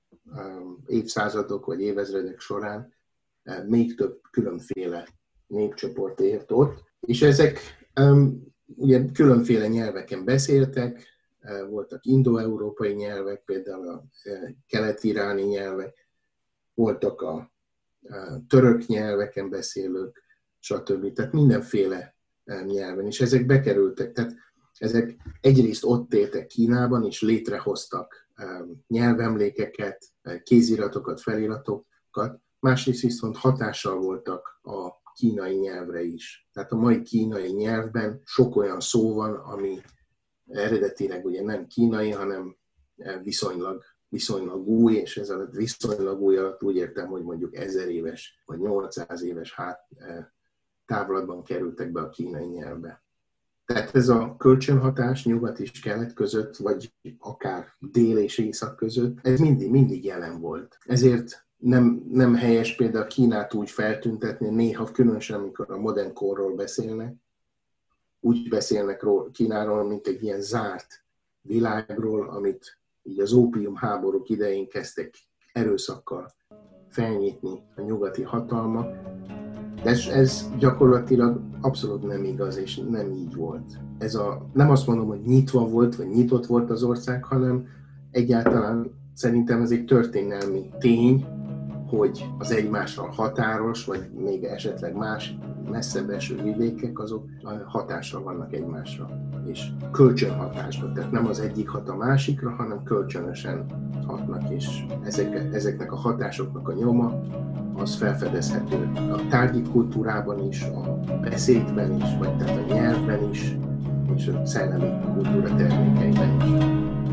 évszázadok vagy évezredek során még több különféle népcsoport élt ott, és ezek ugye különféle nyelveken beszéltek, voltak indo-európai nyelvek, például a kelet-iráni nyelvek, voltak a török nyelveken beszélők, stb. Tehát mindenféle nyelven, és ezek bekerültek. Tehát ezek egyrészt ott éltek Kínában, és létrehoztak nyelvemlékeket, kéziratokat, feliratokat, másrészt viszont hatással voltak a kínai nyelvre is. Tehát a mai kínai nyelvben sok olyan szó van, ami eredetileg ugye nem kínai, hanem viszonylag, viszonylag új, és ez alatt viszonylag új alatt úgy értem, hogy mondjuk ezer éves vagy nyolcszáz éves hát, távlatban kerültek be a kínai nyelvbe. Tehát ez a kölcsönhatás nyugat és kelet között, vagy akár dél és észak között, ez mindig, mindig jelen volt. Ezért nem, nem helyes például Kínát úgy feltüntetni, néha különösen, amikor a modern korról beszélnek, úgy beszélnek Kínáról, mint egy ilyen zárt világról, amit így az ópium háborúk idején kezdtek erőszakkal felnyitni a nyugati hatalmak. De ez, ez gyakorlatilag abszolút nem igaz, és nem így volt. Ez a, nem azt mondom, hogy nyitva volt, vagy nyitott volt az ország, hanem egyáltalán szerintem ez egy történelmi tény, hogy az egymással határos, vagy még esetleg más messzebb eső vidékek, azok hatással vannak egymásra, és kölcsönhatásban. Tehát nem az egyik hat a másikra, hanem kölcsönösen hatnak, és ezek, ezeknek a hatásoknak a nyoma az felfedezhető a tárgyi kultúrában is, a beszédben is, vagy tehát a nyelvben is, és a szellemi kultúra termékeiben is.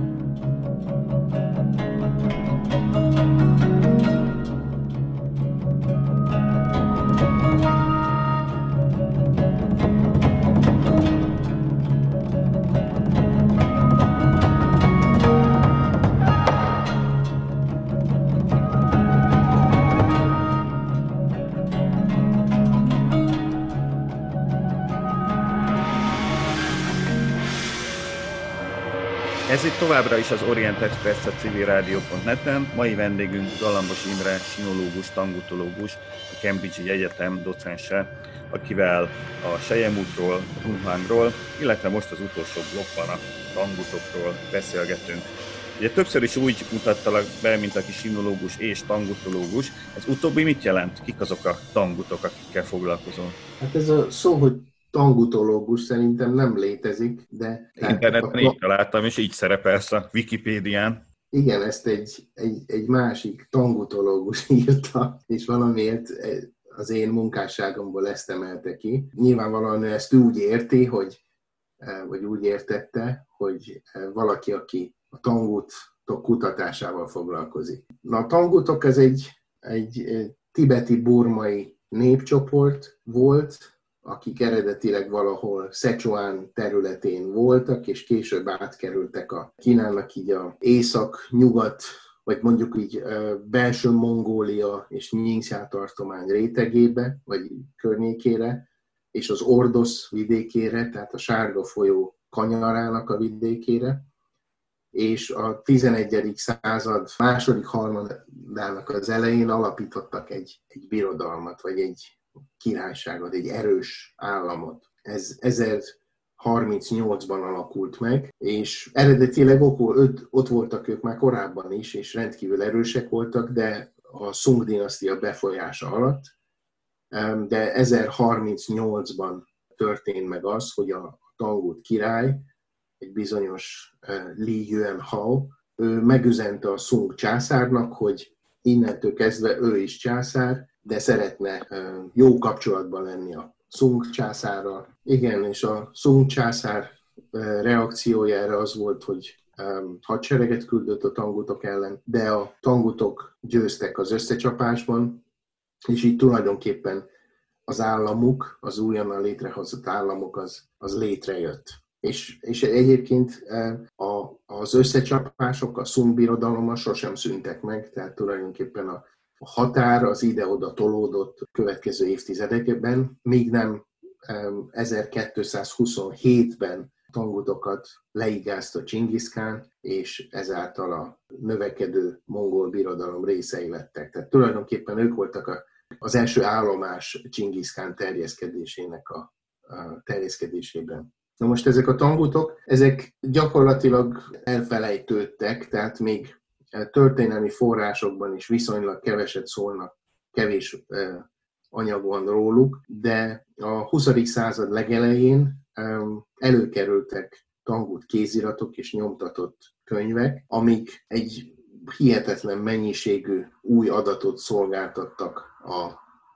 Ez itt továbbra is az Orient Express a civil rádió pont net-en. Mai vendégünk Galambos Imre, sinológus, tangutológus, a Cambridge-i Egyetem docense, akivel a selyemútról, Dunhuangról, illetve most az utolsó blokkban a tangutokról beszélgetünk. Ugye többször is úgy mutattalak be, mint aki sinológus és tangutológus. Ez utóbbi mit jelent? Kik azok a tangutok, akikkel foglalkozol? Hát ez a szó, hogy tangutológus szerintem nem létezik, de... Interneten így találtam, és így szerepelsz a Wikipédián. Igen, ezt egy, egy, egy másik tangutológus írta, és valamiért az én munkásságomból ezt emelte ki. Nyilvánvalóan ezt úgy érti, hogy, vagy úgy értette, hogy valaki, aki a tangutok kutatásával foglalkozik. Na, a tangutok ez egy, egy tibeti-burmai népcsoport volt, akik eredetileg valahol Szecsuán területén voltak, és később átkerültek a Kínának így a észak-nyugat, vagy mondjuk így belső Mongólia és Nyingsjá tartomány rétegébe, vagy környékére, és az Ordosz vidékére, tehát a Sárga folyó kanyarának a vidékére. és a tizenegyedik század második harmadának az elején alapítottak egy, egy birodalmat, vagy egy királyságot, egy erős államot. Ez ezerharmincnyolcban alakult meg, és eredetileg ott voltak ők már korábban is, és rendkívül erősek voltak, de a Szung dinasztia befolyása alatt. De ezerharmincnyolcban történt meg az, hogy a Tangut király, egy bizonyos Li Yuanhao, ő megüzente a Szung császárnak, hogy innentől kezdve ő is császár, de szeretne jó kapcsolatban lenni a Szung császárral. Igen, és a Szung császár reakciója erre az volt, hogy hadsereget küldött a tangutok ellen, de a tangutok győztek az összecsapásban, és így tulajdonképpen az államuk, az újonnan létrehozott államok az, az létrejött. És, és egyébként a, az összecsapások a Szung birodalommal sosem szűntek meg, tehát tulajdonképpen a, a határ az ide-oda tolódott következő évtizedekben, míg nem ezerkétszázhuszonhétben tangutokat leigázta Csinggisz kán, és ezáltal a növekedő mongol birodalom részei lettek. Tehát tulajdonképpen ők voltak a, az első állomás Csinggisz kán terjeszkedésének a, a terjeszkedésében. Na most ezek a tangutok, ezek gyakorlatilag elfelejtődtek, tehát még történelmi forrásokban is viszonylag keveset szólnak, kevés anyag van róluk, de a huszadik század legelején előkerültek tangut kéziratok és nyomtatott könyvek, amik egy hihetetlen mennyiségű új adatot szolgáltattak a,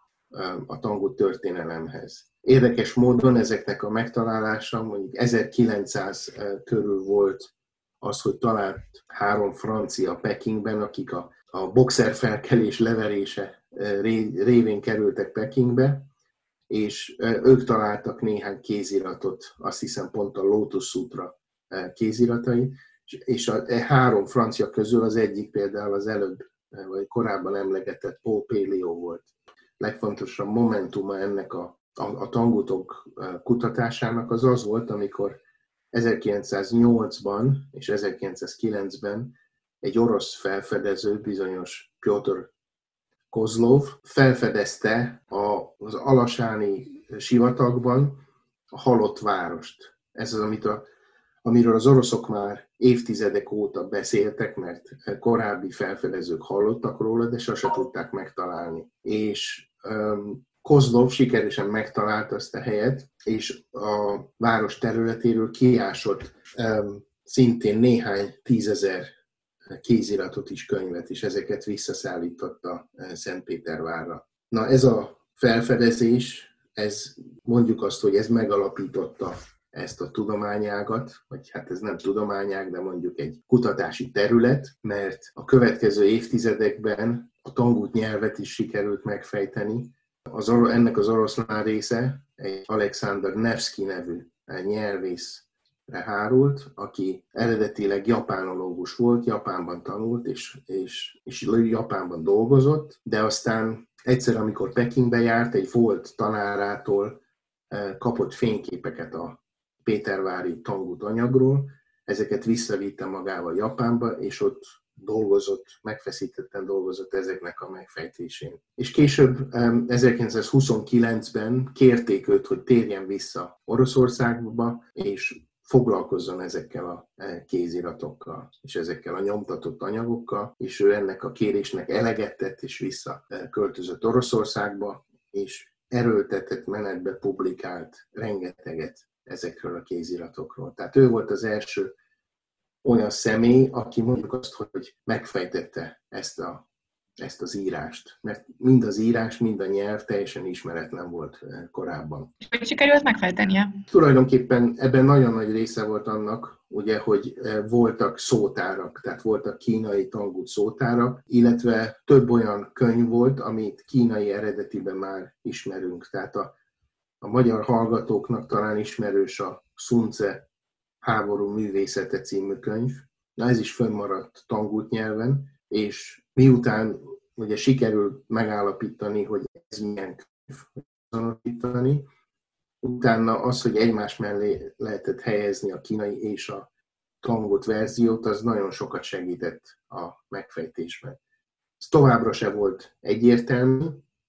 a tangut történelemhez. Érdekes módon ezeknek a megtalálása mondjuk ezerkilencszáz körül volt az, hogy talált három francia Pekingben, akik a, a boxerfelkelés leverése révén kerültek Pekingbe, és ők találtak néhány kéziratot, azt hiszem pont a Lotus Sutra kéziratai, és a három francia közül az egyik például az előbb, vagy korábban emlegetett Paul Pelliot volt. Legfontosabb momentuma ennek a, a, a tangutok kutatásának az az volt, amikor ezerkilencszáznyolcban és ezerkilencszázkilencben egy orosz felfedező, bizonyos Pjotr Kozlov felfedezte az alasáni sivatagban a halott várost. Ez az, amit a, amiről az oroszok már évtizedek óta beszéltek, mert korábbi felfedezők hallottak róla, de sose tudták megtalálni. És um, Kozlov sikeresen megtalálta ezt a helyet, és a város területéről kiásott um, szintén néhány tízezer kéziratot is, könyvet, és ezeket visszaszállította Szentpétervárra. Na ez a felfedezés, ez mondjuk azt, hogy ez megalapította ezt a tudományágat, vagy hát ez nem tudományág, de mondjuk egy kutatási terület, mert a következő évtizedekben a tangut nyelvet is sikerült megfejteni. Az, ennek az oroszlán része egy Alexander Nevsky nevű nyelvész hárult, aki eredetileg japánológus volt, Japánban tanult, és, és, és Japánban dolgozott, de aztán egyszer, amikor Pekingbe járt, egy volt tanárától kapott fényképeket a pétervári tangut anyagról, ezeket visszavitte magával Japánba, és ott dolgozott, megfeszítetten dolgozott ezeknek a megfejtésén. És később ezerkilencszázhuszonkilencben kérték őt, hogy térjen vissza Oroszországba, és foglalkozzon ezekkel a kéziratokkal, és ezekkel a nyomtatott anyagokkal, és ő ennek a kérésnek eleget tett, és visszaköltözött Oroszországba, és erőltetett menetbe publikált rengeteget ezekről a kéziratokról. Tehát ő volt az első olyan személy, aki mondjuk azt, hogy megfejtette ezt, a, ezt az írást. Mert mind az írás, mind a nyelv teljesen ismeretlen volt korábban. És hogy sikerült megfejtenie? Tulajdonképpen ebben nagyon nagy része volt annak, ugye, hogy voltak szótárak, tehát voltak kínai tangut szótárak, illetve több olyan könyv volt, amit kínai eredetiben már ismerünk. Tehát a, a magyar hallgatóknak talán ismerős a Sun Tse Háború művészete című könyv. Na, ez is fönnmaradt tangut nyelven, és miután ugye sikerült megállapítani, hogy ez milyen könyv, azonosítani, utána az, hogy egymás mellé lehetett helyezni a kínai és a tangot verziót, az nagyon sokat segített a megfejtésben. Ez továbbra se volt egyértelmű,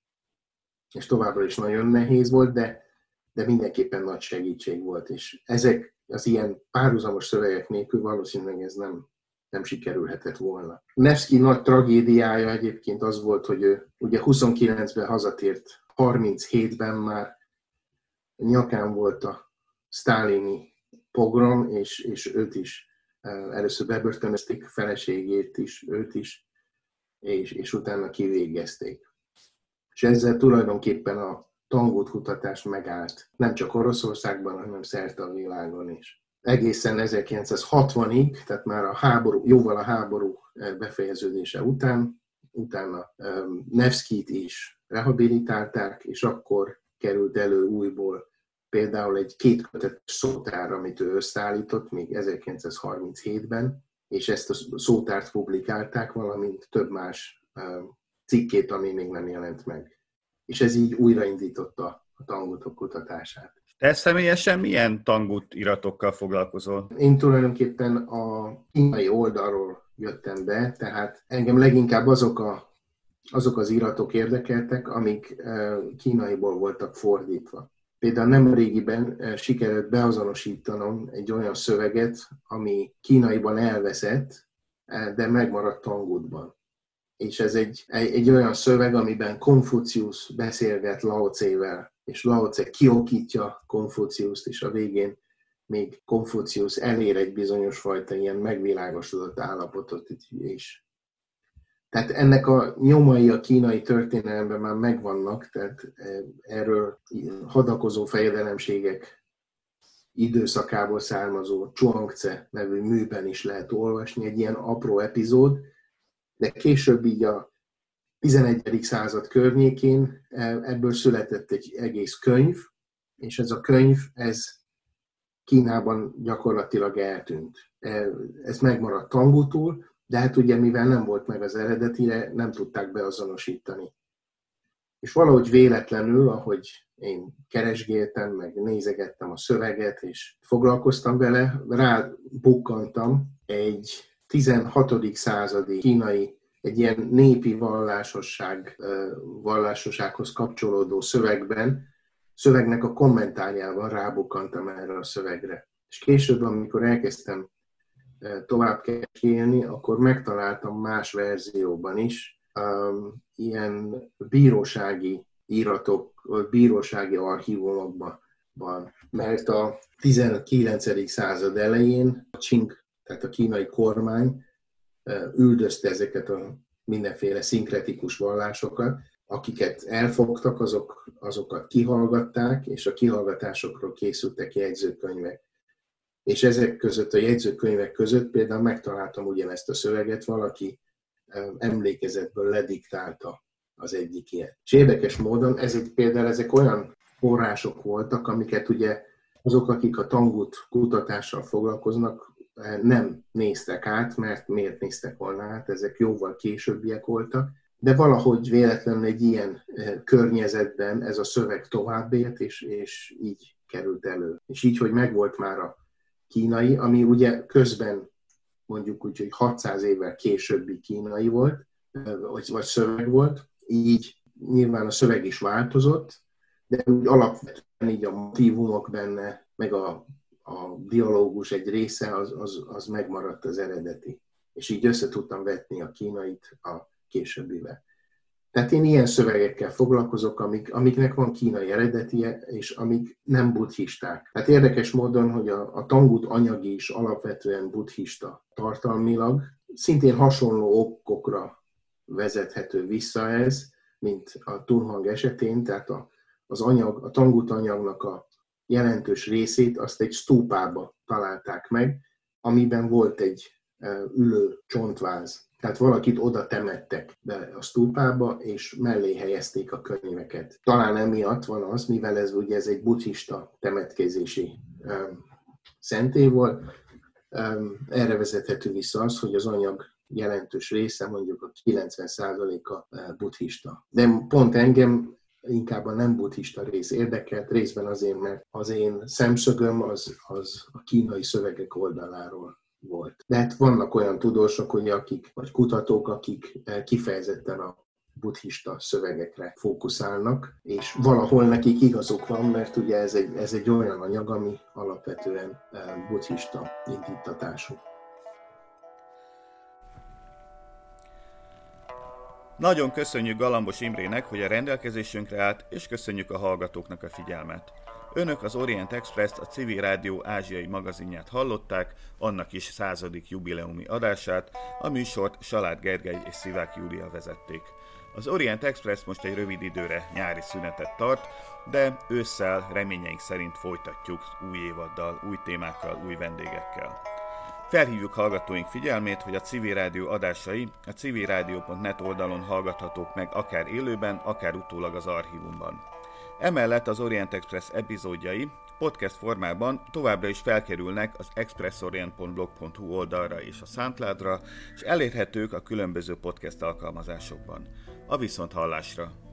és továbbra is nagyon nehéz volt, de, de mindenképpen nagy segítség volt, és ezek az ilyen párhuzamos szövegek nélkül valószínűleg ez nem, nem sikerülhetett volna. Nevszky nagy tragédiája egyébként az volt, hogy ő ugye huszonkilencben hazatért, harminchétben már nyakán volt a sztálini pogrom, és, és őt is először bebörtönözték, feleségét is, őt is, és, és utána kivégezték. És ezzel tulajdonképpen a tangót kutatás megállt, nem csak Oroszországban, hanem szerte a világon is. Egészen ezerkilencszázhatvanig, tehát már a háború, jóval a háború befejeződése után, utána Nevszkyt is rehabilitálták, és akkor került elő újból például egy kétkötetes szótár, amit ő összeállított még ezerkilencszázharminchétben, és ezt a szótárt publikálták, valamint több más cikkét, ami még nem jelent meg. És ez így újraindította a tangutok kutatását. Te személyesen milyen tangut iratokkal foglalkozol? Én tulajdonképpen a kínai oldalról jöttem be, tehát engem leginkább azok, a, azok az iratok érdekeltek, amik kínaiból voltak fordítva. Például nemrégiben sikerült beazonosítanom egy olyan szöveget, ami kínaiban elveszett, de megmaradt tangutban. És ez egy, egy, egy olyan szöveg, amiben Konfuciusz beszélget Lao Tse-vel, és Lao Tse kiokítja Konfuciuszt, és a végén még Konfuciusz elér egy bizonyos fajta ilyen megvilágosodott állapotot is. Tehát ennek a nyomai a kínai történelemben már megvannak, tehát erről hadakozó fejedelemségek időszakából származó Chuang-tse nevű műben is lehet olvasni, egy ilyen apró epizód, de később így a tizenegyedik század környékén ebből született egy egész könyv, és ez a könyv, ez Kínában gyakorlatilag eltűnt. Ez megmaradt tangutul, de hát ugye mivel nem volt meg az eredetire, nem tudták beazonosítani. És valahogy véletlenül, ahogy én keresgéltem, meg nézegettem a szöveget, és foglalkoztam vele, rábukkantam egy tizenhatodik századi kínai, egy ilyen népi vallásosság, vallásossághoz kapcsolódó szövegben, szövegnek a kommentárjában rábukkantam erre a szövegre. És később, amikor elkezdtem tovább keresgélni, akkor megtaláltam más verzióban is um, ilyen bírósági íratok, vagy bírósági archívumokban van. Mert a tizenkilencedik század elején a Qing, tehát a kínai kormány üldözte ezeket a mindenféle szinkretikus vallásokat, akiket elfogtak, azok, azokat kihallgatták, és a kihallgatásokról készültek jegyzőkönyvek. És ezek között, a jegyzőkönyvek között például megtaláltam ugyanezt a szöveget, valaki emlékezetből lediktálta az egyik ilyet. És érdekes módon ez egy, például ezek olyan források voltak, amiket ugye azok, akik a tangut kutatással foglalkoznak, nem néztek át, mert miért néztek volna át, ezek jóval későbbiek voltak, de valahogy véletlenül egy ilyen környezetben ez a szöveg továbbélt, és, és így került elő. És így, hogy megvolt már a kínai, ami ugye közben mondjuk úgy, hogy hatszáz évvel későbbi kínai volt, vagy, vagy szöveg volt, így nyilván a szöveg is változott, de úgy alapvetően így a motívumok benne, meg a, a dialógus egy része az, az, az megmaradt az eredeti. És így össze tudtam vetni a kínait a későbbivel. Tehát én ilyen szövegekkel foglalkozok, amik, amiknek van kínai eredetie, és amik nem buddhisták. Tehát érdekes módon, hogy a, a tangut anyagi is alapvetően buddhista tartalmilag, szintén hasonló okokra vezethető vissza ez, mint a Tunhang esetén, tehát a, az anyag, a tangut anyagnak a jelentős részét azt egy stúpába találták meg, amiben volt egy ülő csontváz. Tehát valakit oda temettek be a stúpába, és mellé helyezték a könyveket. Talán emiatt van az, mivel ez ugye ez egy buddhista temetkezési um, szentély volt, um, erre vezethető vissza az, hogy az anyag jelentős része, mondjuk a kilencven százaléka uh, buddhista. De pont engem inkább a nem buddhista rész érdekelt, részben azért, mert az én szemszögöm az, az a kínai szövegek oldaláról volt. De hát vannak olyan tudósok, ugye, akik, vagy kutatók, akik kifejezetten a buddhista szövegekre fókuszálnak, és valahol nekik igazuk van, mert ugye ez egy, ez egy olyan anyag, ami alapvetően buddhista indítatású. Nagyon köszönjük Galambos Imrének, hogy a rendelkezésünkre állt, és köszönjük a hallgatóknak a figyelmet. Önök az Orient Express-t, a Civil Rádió ázsiai magazinját hallották, annak is századik jubileumi adását, a műsort Salád Gergely és Szivák Júlia vezették. Az Orient Express most egy rövid időre nyári szünetet tart, de ősszel reményeink szerint folytatjuk új évaddal, új témákkal, új vendégekkel. Felhívjuk hallgatóink figyelmét, hogy a Civil Rádió adásai a civilradio pont net oldalon hallgathatók meg akár élőben, akár utólag az archívumban. Emellett az Orient Express epizódjai podcast formában továbbra is felkerülnek az expressorient pont blog pont hu oldalra és a SoundCloudra, és elérhetők a különböző podcast alkalmazásokban. A viszonthallásra!